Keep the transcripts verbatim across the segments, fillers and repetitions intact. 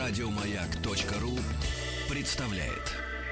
Радиомаяк.ру представляет.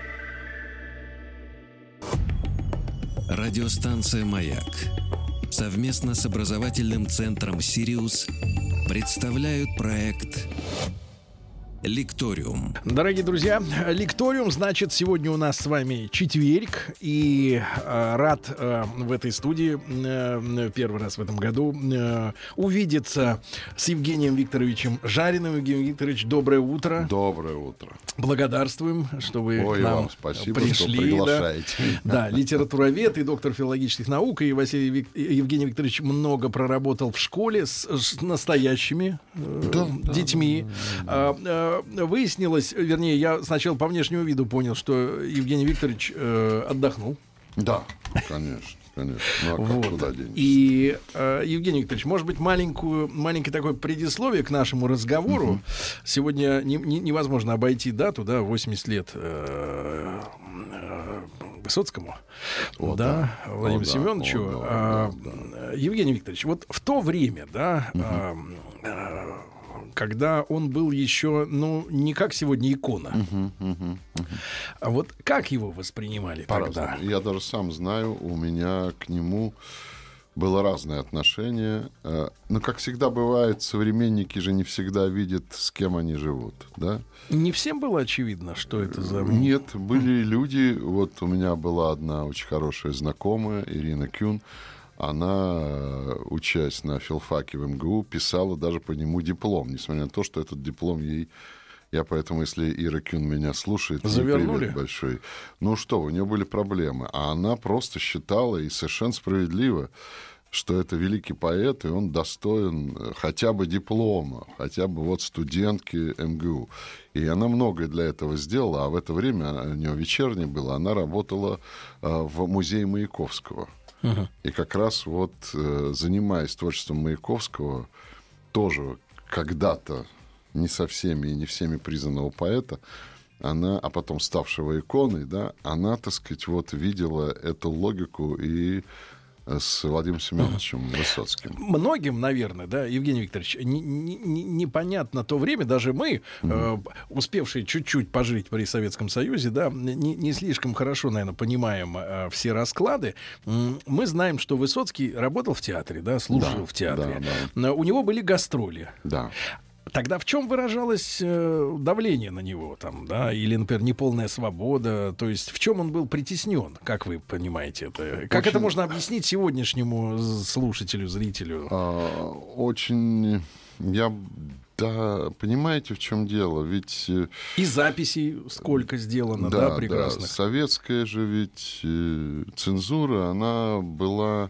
Радиостанция «Маяк» совместно с образовательным центром «Сириус» представляют проект «Лекториум». Дорогие друзья, «Лекториум», значит, сегодня у нас с вами четверг, и э, рад э, в этой студии э, первый раз в этом году э, увидеться с Евгением Викторовичем Жариным. Евгений Викторович, доброе утро. Доброе утро. Благодарствуем, что вы Ой, к нам вам спасибо, пришли. что приглашаете. Да, да, литературовед и доктор филологических наук. И Василий Вик... Евгений Викторович много проработал в школе с, с настоящими э, да, детьми. Да, да. Выяснилось, вернее, я сначала по внешнему виду понял, что Евгений Викторович э, отдохнул. Да, конечно, конечно. Ну, а как вот. Куда денешься? И, э, Евгений Викторович, может быть, маленькую, маленькое такое предисловие к нашему разговору. Uh-huh. Сегодня не, не, невозможно обойти дату, да, восемьдесят лет э, э, Высоцкому, о, да, да, Владимиру о, Семеновичу. О, да, а, да, да. Евгений Викторович, вот в то время, да, uh-huh. э, э, когда он был еще, ну, не как сегодня икона. Uh-huh, uh-huh, uh-huh. А вот как его воспринимали По-разному. тогда? Я даже сам знаю, у меня к нему было разное отношение. Но, как всегда бывает, современники же не всегда видят, с кем они живут, да? Не всем было очевидно, что это за... Нет, были люди... Вот у меня была одна очень хорошая знакомая, Ирина Кюн. Она, учась на филфаке в МГУ, писала даже по нему диплом, несмотря на то, что этот диплом ей... Я поэтому, если Ира Кюн меня слушает, завернули? Привет большой. Ну что, у нее были проблемы. А она просто считала, и совершенно справедливо, что это великий поэт, и он достоин хотя бы диплома, хотя бы вот студентки МГУ. И она многое для этого сделала, а в это время, у нее вечернее было, она работала в музее Маяковского. Uh-huh. И как раз вот, занимаясь творчеством Маяковского, тоже когда-то не со всеми и не всеми признанного поэта, она, а потом ставшего иконой, да, она, так сказать, вот видела эту логику и с Владимиром Семеновичем uh-huh. Высоцким. Многим, наверное, да, Евгений Викторович, не, не, не, непонятно то время, даже мы, uh-huh. э, успевшие чуть-чуть пожить при Советском Союзе, да, не, не слишком хорошо, наверное, понимаем э, все расклады. Мы знаем, что Высоцкий работал в театре, да, служил да, в театре. Да, да. У него были гастроли. Да. Тогда в чем выражалось э, давление на него, там, да, или, например, неполная свобода? То есть в чем он был притеснен, как вы понимаете это? Как очень... это можно объяснить сегодняшнему слушателю, зрителю? А, очень, я, да, понимаете, в чем дело? Ведь и записей сколько сделано, да, да, прекрасных. Да. Советская же ведь э, цензура, она была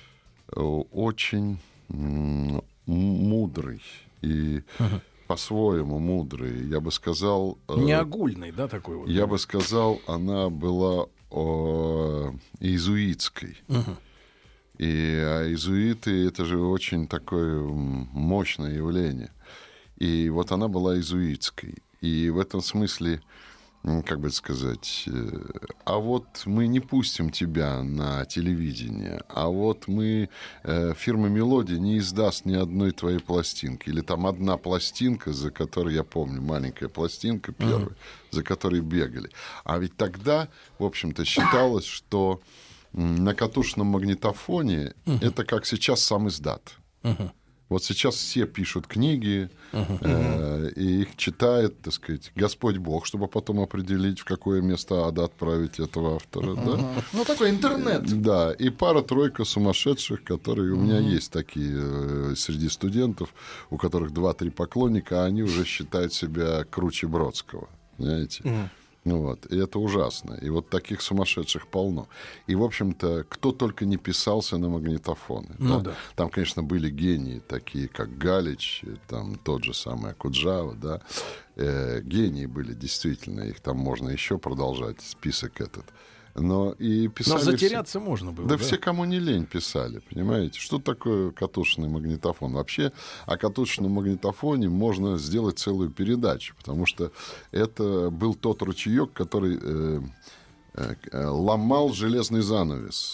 очень м- мудрой. И uh-huh. по-своему мудрый. Я бы сказал... Не огульный, да, такой вот? Я бы сказал, она была о, иезуитской. Uh-huh. И а иезуиты — это же очень такое мощное явление. И вот она была иезуитской. И в этом смысле, как бы сказать, а вот мы не пустим тебя на телевидение, а вот мы, э, фирма «Мелодия» не издаст ни одной твоей пластинки. Или там одна пластинка, за которой, я помню, маленькая пластинка первая, uh-huh. за которой бегали. А ведь тогда, в общем-то, считалось, что на катушечном магнитофоне uh-huh. это как сейчас сам издат. Uh-huh. Вот сейчас все пишут книги, uh-huh. э, и их читает, так сказать, Господь Бог, чтобы потом определить, в какое место ада отправить этого автора. Uh-huh. Да? Ну, такой интернет. Да, и пара-тройка сумасшедших, которые... Uh-huh. У меня есть такие э, среди студентов, у которых два-три поклонника, а они уже считают себя круче Бродского. Понимаете? Uh-huh. Ну вот, и это ужасно. И вот таких сумасшедших полно. И, в общем-то, кто только не писался на магнитофоны. Ну, да? Да. Там, конечно, были гении, такие как Галич, там тот же самый Окуджава, да. Э, гении были, действительно. Их там можно еще продолжать, список этот. Но и писали... Но затеряться все... можно было. Да, да, все, кому не лень, писали, понимаете? Что такое катушечный магнитофон? Вообще о катушечном магнитофоне можно сделать целую передачу, потому что это был тот ручеек, который э, э, ломал железный занавес.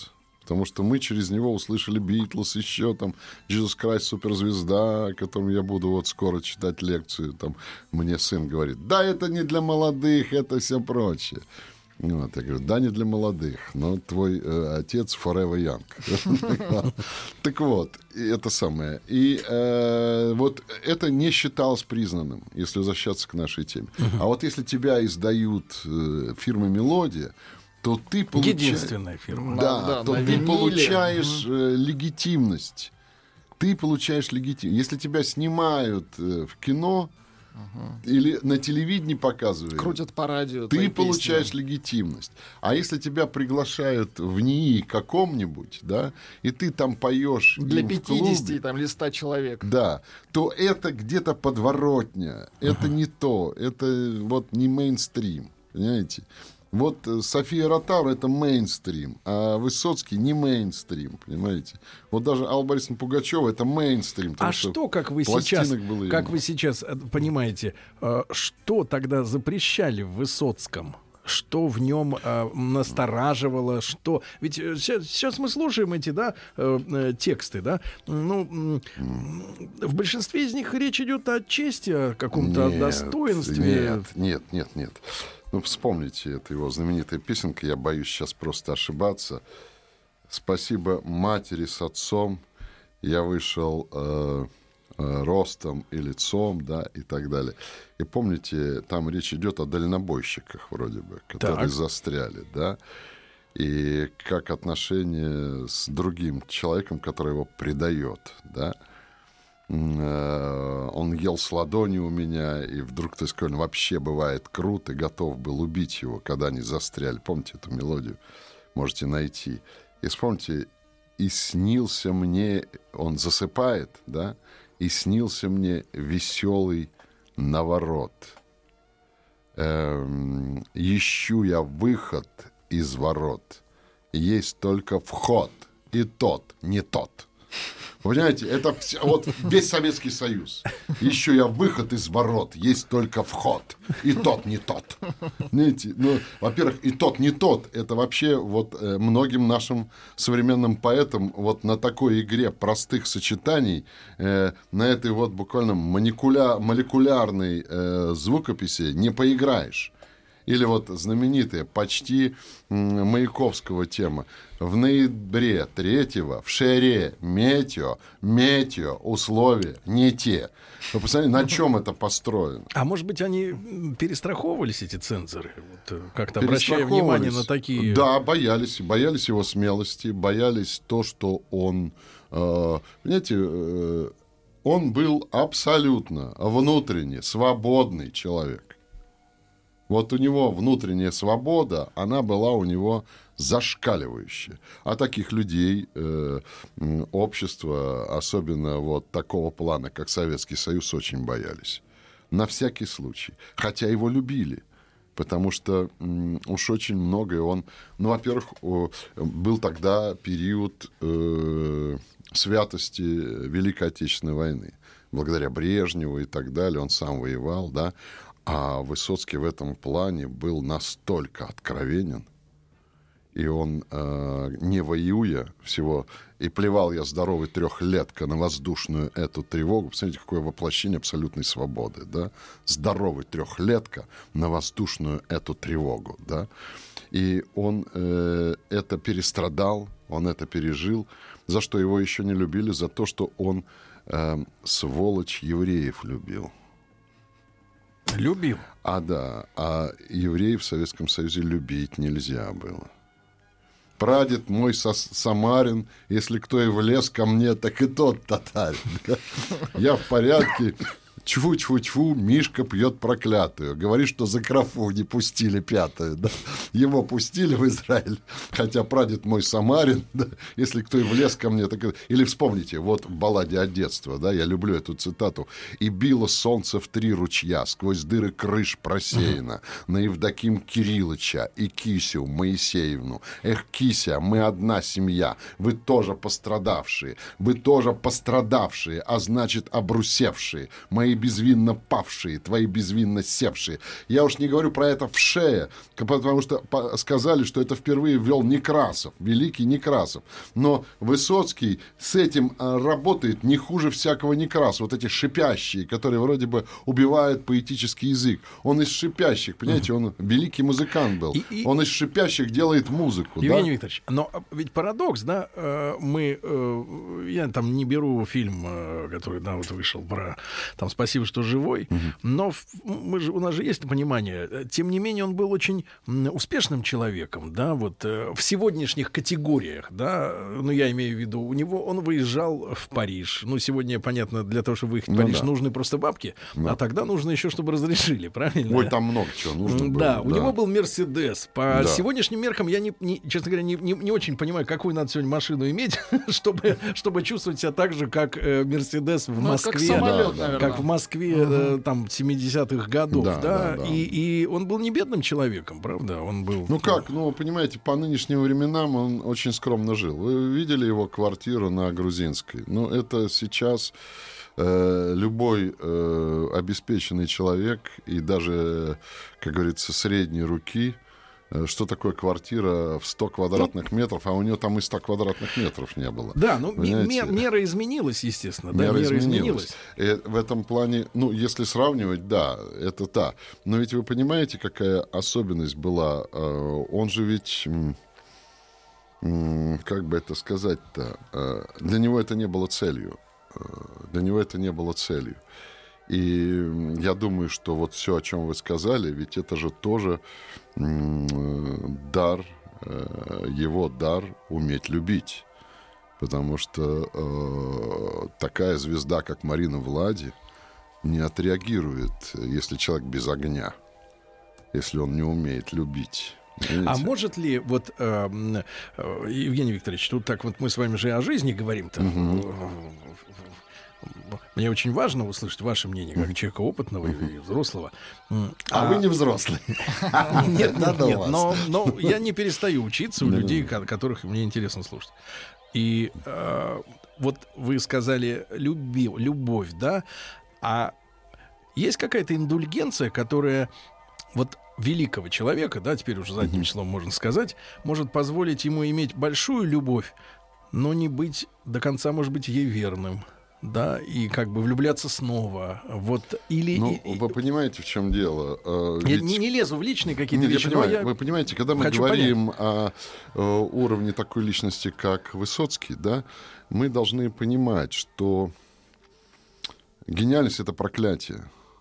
Потому что мы через него услышали Битлз, еще там Jesus Christ, суперзвезда, о котором я буду вот скоро читать лекцию. Там мне сын говорит, да, это не для молодых, это все прочее. Вот, я говорю, да, не для молодых, но твой э, отец forever young. Так вот, это самое. И э, вот это не считалось признанным, если возвращаться к нашей теме. А вот если тебя издают э, фирмы «Мелодия», то ты получаешь... Единственная фирма. Да, да, то на ты виниле. получаешь э, легитимность. Ты получаешь легитимность. Если тебя снимают э, в кино... Uh-huh. Или на телевидении показывают. Крутят по радио. Ты получаешь песни. Легитимность. А если тебя приглашают в НИИ каком-нибудь, да, и ты там поешь для им пятидесяти в клубе, там, или ста человек. Да, то это где-то подворотня. Это uh-huh. не то. Это вот не мейнстрим. Понимаете? Вот София Ротару — это мейнстрим, а Высоцкий не мейнстрим, понимаете? Вот даже Алла Борисовна Пугачева — это мейнстрим. А что, что, как вы сейчас, как вы сейчас понимаете, что тогда запрещали в Высоцком? Что в нем э, настораживало, что... Ведь сейчас, сейчас мы слушаем эти, да, э, тексты, да, ну, э, в большинстве из них речь идет о чести, о каком-то нет, достоинстве. Нет, нет, нет, нет. Ну, вспомните, это его знаменитая песенка, я боюсь сейчас просто ошибаться. «Спасибо матери с отцом, я вышел э, э, ростом и лицом», да, и так далее. И помните, там речь идет о дальнобойщиках вроде бы, которые так. застряли, да, и как отношение с другим человеком, который его предает, да. Он ел с ладони у меня, и вдруг кто-то сказал, вообще бывает крут, и готов был убить его, когда они застряли. Помните эту мелодию? Можете найти. И вспомните, и снился мне, он засыпает, да, и снился мне веселый наворот. Эм, ищу я выход из ворот, есть только вход, и тот не тот. Вы понимаете, это все, вот весь Советский Союз. Еще я выход из ворот, есть только вход. И тот не тот. Знаете, ну, во-первых, и тот не тот. Это вообще вот э, многим нашим современным поэтам вот на такой игре простых сочетаний, э, на этой вот буквально молекуля, молекулярной э, звукописи не поиграешь. Или вот знаменитая, почти м, Маяковского тема. В ноябре третьего в Шере метео, метео, условия не те. Вы посмотрите, на чем это построено? А может быть, они перестраховывались, эти цензоры? Вот, как-то обращая внимание на такие... Да, боялись. Боялись его смелости, боялись то, что он... Э, понимаете, э, он был абсолютно внутренне свободный человек. Вот у него внутренняя свобода, она была у него зашкаливающая. А таких людей э, общество, особенно вот такого плана, как Советский Союз, очень боялись. На всякий случай. Хотя его любили. Потому что м, уж очень многое он... Ну, во-первых, о, был тогда период э, святости Великой Отечественной войны. Благодаря Брежневу и так далее. Он сам воевал, да. А Высоцкий в этом плане был настолько откровенен, и он, э, не воюя всего, и плевал я здоровый трехлетка на воздушную эту тревогу. Посмотрите, какое воплощение абсолютной свободы, да? Здоровый трехлетка на воздушную эту тревогу, да? И он э, это перестрадал, он это пережил, за что его еще не любили, за то, что он, э, сволочь, евреев любил. Любил. А да, а евреев в Советском Союзе любить нельзя было. Прадед мой Самарин, если кто и влез ко мне, так и тот татарин. Я в порядке. Чфу-чфу-чфу, Мишка пьет проклятую. Говорит, что за крафу не пустили пятую. Да? Его пустили в Израиль. Хотя прадед мой Самарин, да? Если кто и влез ко мне, так... Или вспомните, вот в балладе о детстве, да? Я люблю эту цитату. «И било солнце в три ручья, сквозь дыры крыш просеяно, uh-huh. на Евдоким Кириллыча и Кисю Моисеевну. Эх, Кися, мы одна семья, вы тоже пострадавшие, вы тоже пострадавшие, а значит, обрусевшие. Мои безвинно павшие, твои безвинно севшие. Я уж не говорю про это в шее, потому что сказали, что это впервые ввел Некрасов, великий Некрасов. Но Высоцкий с этим работает не хуже всякого Некрасова. Вот эти шипящие, которые вроде бы убивают поэтический язык. Он из шипящих, понимаете, он великий музыкант был. И, и... Он из шипящих делает музыку. Евгений да? Викторович, но ведь парадокс, да, мы, я там не беру фильм, который, да, вот вышел про, там, «Спасибо, что живой», угу. но мы же, у нас же есть понимание, тем не менее он был очень успешным человеком, да, вот в сегодняшних категориях, да, ну, я имею в виду, у него, он выезжал в Париж, ну, сегодня, понятно, для того, чтобы выехать в Париж, ну, да. нужны просто бабки, да. а тогда нужно еще, чтобы разрешили, правильно? Ой, там много чего нужно было. Да, у да. него был Мерседес. По да. сегодняшним меркам я, не, не, честно говоря, не, не, не очень понимаю, какую надо сегодня машину иметь, чтобы, чтобы чувствовать себя так же, как э, Мерседес в ну, Москве. Как самолет, да, наверное. Как в Москве uh-huh. э, там семидесятых годов. Да, да, да, да. И, и он был не бедным человеком, правда? Он был... Ну как, ну, понимаете, по нынешним временам он очень скромно жил. Вы видели его квартиру на Грузинской? Ну, это сейчас... Любой э, обеспеченный человек и даже, как говорится, средней руки, э, что такое квартира в сто квадратных метров, а у него там и ста квадратных метров не было. Да, ну мер, мера изменилась, естественно. Мера, да, мера изменилась. изменилась. В этом плане, ну, если сравнивать, да, это да. Но ведь вы понимаете, какая особенность была? Он же ведь... Как бы это сказать-то? Для него это не было целью. Для него это не было целью. И я думаю, что вот все, о чем вы сказали, ведь это же тоже дар, его дар уметь любить. Потому что э, такая звезда, как Марина Влади, не отреагирует, если человек без огня, если он не умеет любить. Видите? А может ли, вот, э, э, Евгений Викторович, тут так вот мы с вами же о жизни говорим-то. Угу. Мне очень важно услышать ваше мнение, как человека опытного и взрослого. А, а вы не взрослый. Нет, нет, нет. Но, но я не перестаю учиться у людей, которых мне интересно слушать. И э, вот вы сказали люби, любовь, да? А есть какая-то индульгенция, которая вот великого человека, да, теперь уже задним числом можно сказать, может позволить ему иметь большую любовь, но не быть до конца, может быть, ей верным. Да, и как бы влюбляться снова. Вот, или, ну, и, вы понимаете, в чем дело? Я ведь... не, не лезу в личные какие-то Нет, вещи. Я понимаю, я вы понимаете, когда мы говорим понять. о, о уровне такой личности, как Высоцкий, да, мы должны понимать, что гениальность — это проклятие.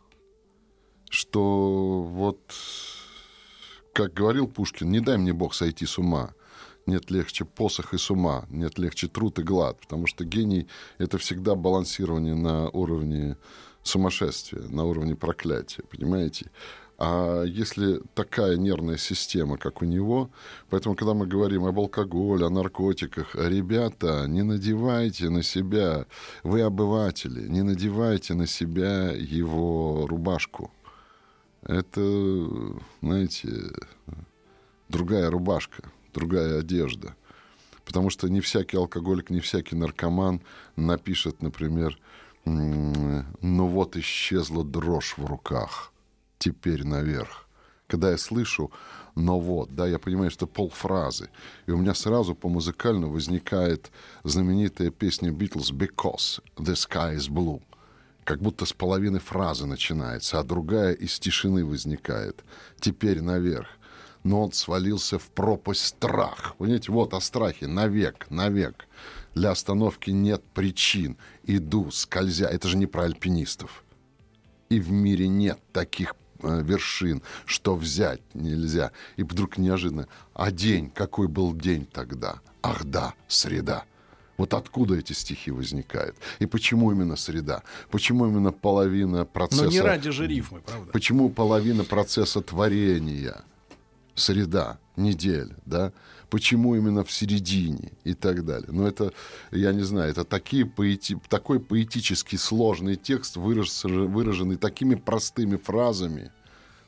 Что вот, как говорил Пушкин, не дай мне Бог сойти с ума. Нет легче посох и с ума, нет легче труд и глад, потому что гений — это всегда балансирование на уровне сумасшествия, на уровне проклятия, понимаете? А если такая нервная система, как у него, поэтому, когда мы говорим об алкоголе, о наркотиках, ребята, не надевайте на себя, вы обыватели, не надевайте на себя его рубашку. Это, знаете, другая рубашка. Другая одежда. Потому что не всякий алкоголик, не всякий наркоман напишет, например, «Ну вот исчезла дрожь в руках, теперь наверх». Когда я слышу «но вот», да, я понимаю, что полфразы. И у меня сразу по-музыкально возникает знаменитая песня Beatles «Because the sky is blue». Как будто с половины фразы начинается, а другая из тишины возникает. «Теперь наверх». Но он свалился в пропасть страх. Понимаете, вот о страхе. Навек, навек. Для остановки нет причин. Иду, скользя. Это же не про альпинистов. И в мире нет таких э, вершин, что взять нельзя. И вдруг неожиданно. А день, какой был день тогда? Ах да, среда. Вот откуда эти стихи возникают? И почему именно среда? Почему именно половина процесса... Но не ради же рифмы, правда? Почему половина процесса творения... Среда, неделя, да? Почему именно в середине и так далее. Но это, я не знаю, это такие поэти... такой поэтически сложный текст, выраж... выраженный такими простыми фразами,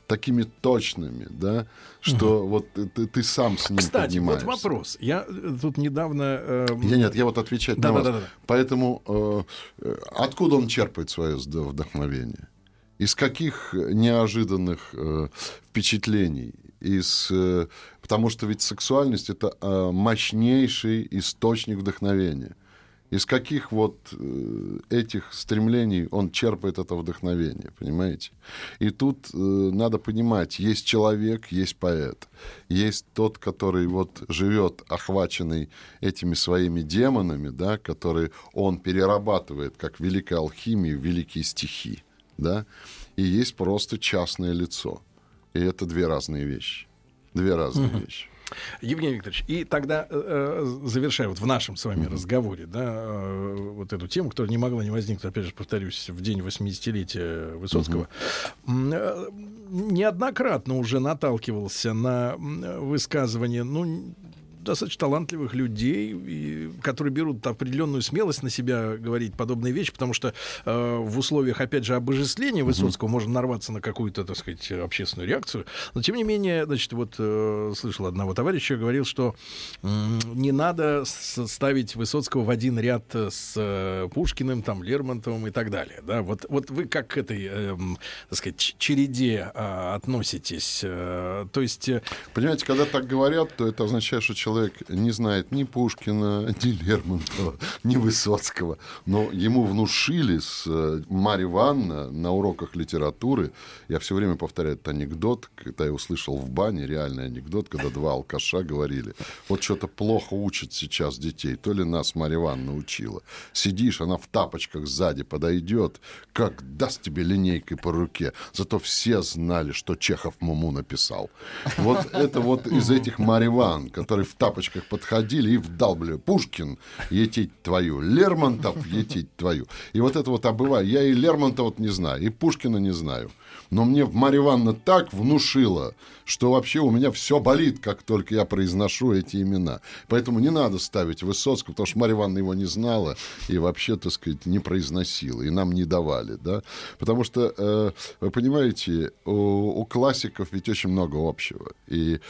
такими точными, да, что угу. вот ты, ты сам с ним Кстати, поднимаешься. Вот вопрос. Я тут недавно... Э... Я нет, я вот отвечать да, на да, вас. Да, да, да. Поэтому э, откуда он черпает свое вдохновение? Из каких неожиданных э, впечатлений? Из, э, потому что ведь сексуальность — это э, мощнейший источник вдохновения. Из каких вот э, этих стремлений он черпает это вдохновение, понимаете? И тут э, надо понимать, есть человек, есть поэт. Есть тот, который вот живет охваченный этими своими демонами, да, которые он перерабатывает, как великая алхимия, в великие стихи, да? И есть просто частное лицо. И это две разные вещи. Две разные uh-huh. вещи. Евгений Викторович, и тогда, э, завершая вот в нашем с вами mm-hmm. разговоре, да, э, вот эту тему, которая не могла не возникнуть, опять же, повторюсь, в день восьмидесятилетия Высоцкого, mm-hmm. э, неоднократно уже наталкивался на высказывания, ну, достаточно талантливых людей, и, которые берут определенную смелость на себя говорить подобные вещи, потому что э, в условиях, опять же, обожествления Высоцкого mm-hmm. можно нарваться на какую-то, так сказать, общественную реакцию. Но, тем не менее, значит, вот э, слышал одного товарища, говорил, что э, не надо ставить Высоцкого в один ряд с э, Пушкиным, там, Лермонтовым и так далее. Да? Вот, вот вы как к этой, э, так сказать, череде э, относитесь? Э, то есть... Э... Понимаете, когда так говорят, то это означает, что человек не знает ни Пушкина, ни Лермонтова, ни Высоцкого. Но ему внушили с Марья Ивановна на уроках литературы, я все время повторяю этот анекдот, когда я услышал в бане, реальный анекдот, когда два алкаша говорили, вот что-то плохо учат сейчас детей, то ли нас Марья Ивановна учила. Сидишь, она в тапочках сзади подойдет, как даст тебе линейкой по руке. Зато все знали, что Чехов Муму написал. Вот это вот из этих Марья Ивановна, которые в тапочках подходили и вдалбливали. Пушкин, етить твою. Лермонтов, етить твою. И вот это вот обываю. Я и Лермонтова вот не знаю, и Пушкина не знаю. Но мне Марья Ивановна так внушила, что вообще у меня все болит, как только я произношу эти имена. Поэтому не надо ставить Высоцкого, потому что Марья Ивановна его не знала и вообще, так сказать, не произносила. И нам не давали. Да? Потому что, э, вы понимаете, у, у классиков ведь очень много общего. И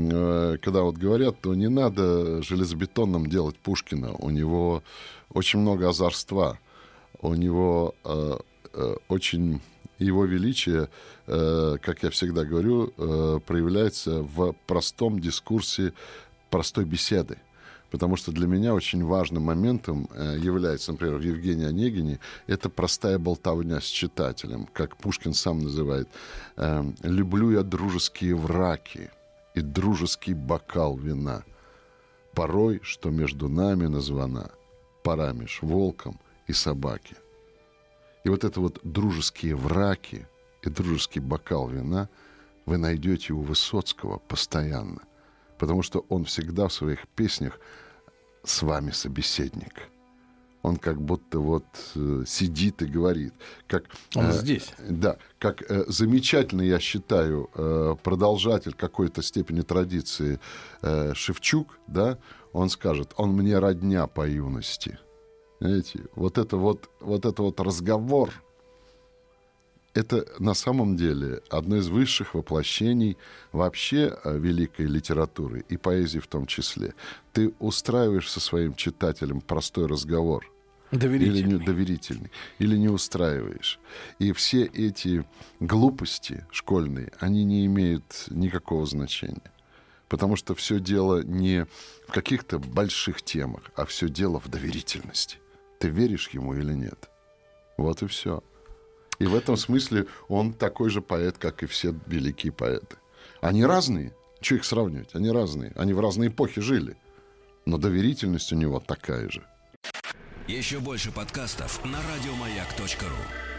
э, когда вот говорят, то не надо железобетонным делать Пушкина. У него очень много озорства. У него э, э, очень... Его величие, э, как я всегда говорю, э, проявляется в простом дискурсе, простой беседы. Потому что для меня очень важным моментом э, является, например, в Евгении Онегине, это простая болтовня с читателем, как Пушкин сам называет. Э, «Люблю я дружеские враки и дружеский бокал вина. Порой, что между нами названа, пора меж волком и собаки». И вот это вот дружеские враки и дружеский бокал вина вы найдете у Высоцкого постоянно. Потому что он всегда в своих песнях с вами собеседник. Он как будто вот э, сидит и говорит. Как, он э, здесь. Да, как э, замечательно, я считаю, э, продолжатель какой-то степени традиции э, Шевчук, да, он скажет, он мне родня по юности. Знаете, вот это вот, вот это вот разговор, это на самом деле одно из высших воплощений вообще великой литературы и поэзии в том числе. Ты устраиваешь со своим читателем простой разговор. Доверительный. Или не, доверительный. Или не устраиваешь. И все эти глупости школьные, они не имеют никакого значения. Потому что все дело не в каких-то больших темах, а все дело в доверительности. Ты веришь ему или нет? Вот и все. И в этом смысле он такой же поэт, как и все великие поэты. Они разные. Что их сравнивать? Они разные. Они в разные эпохи жили. Но доверительность у него такая же. Еще больше подкастов на радиомаяк точка ру.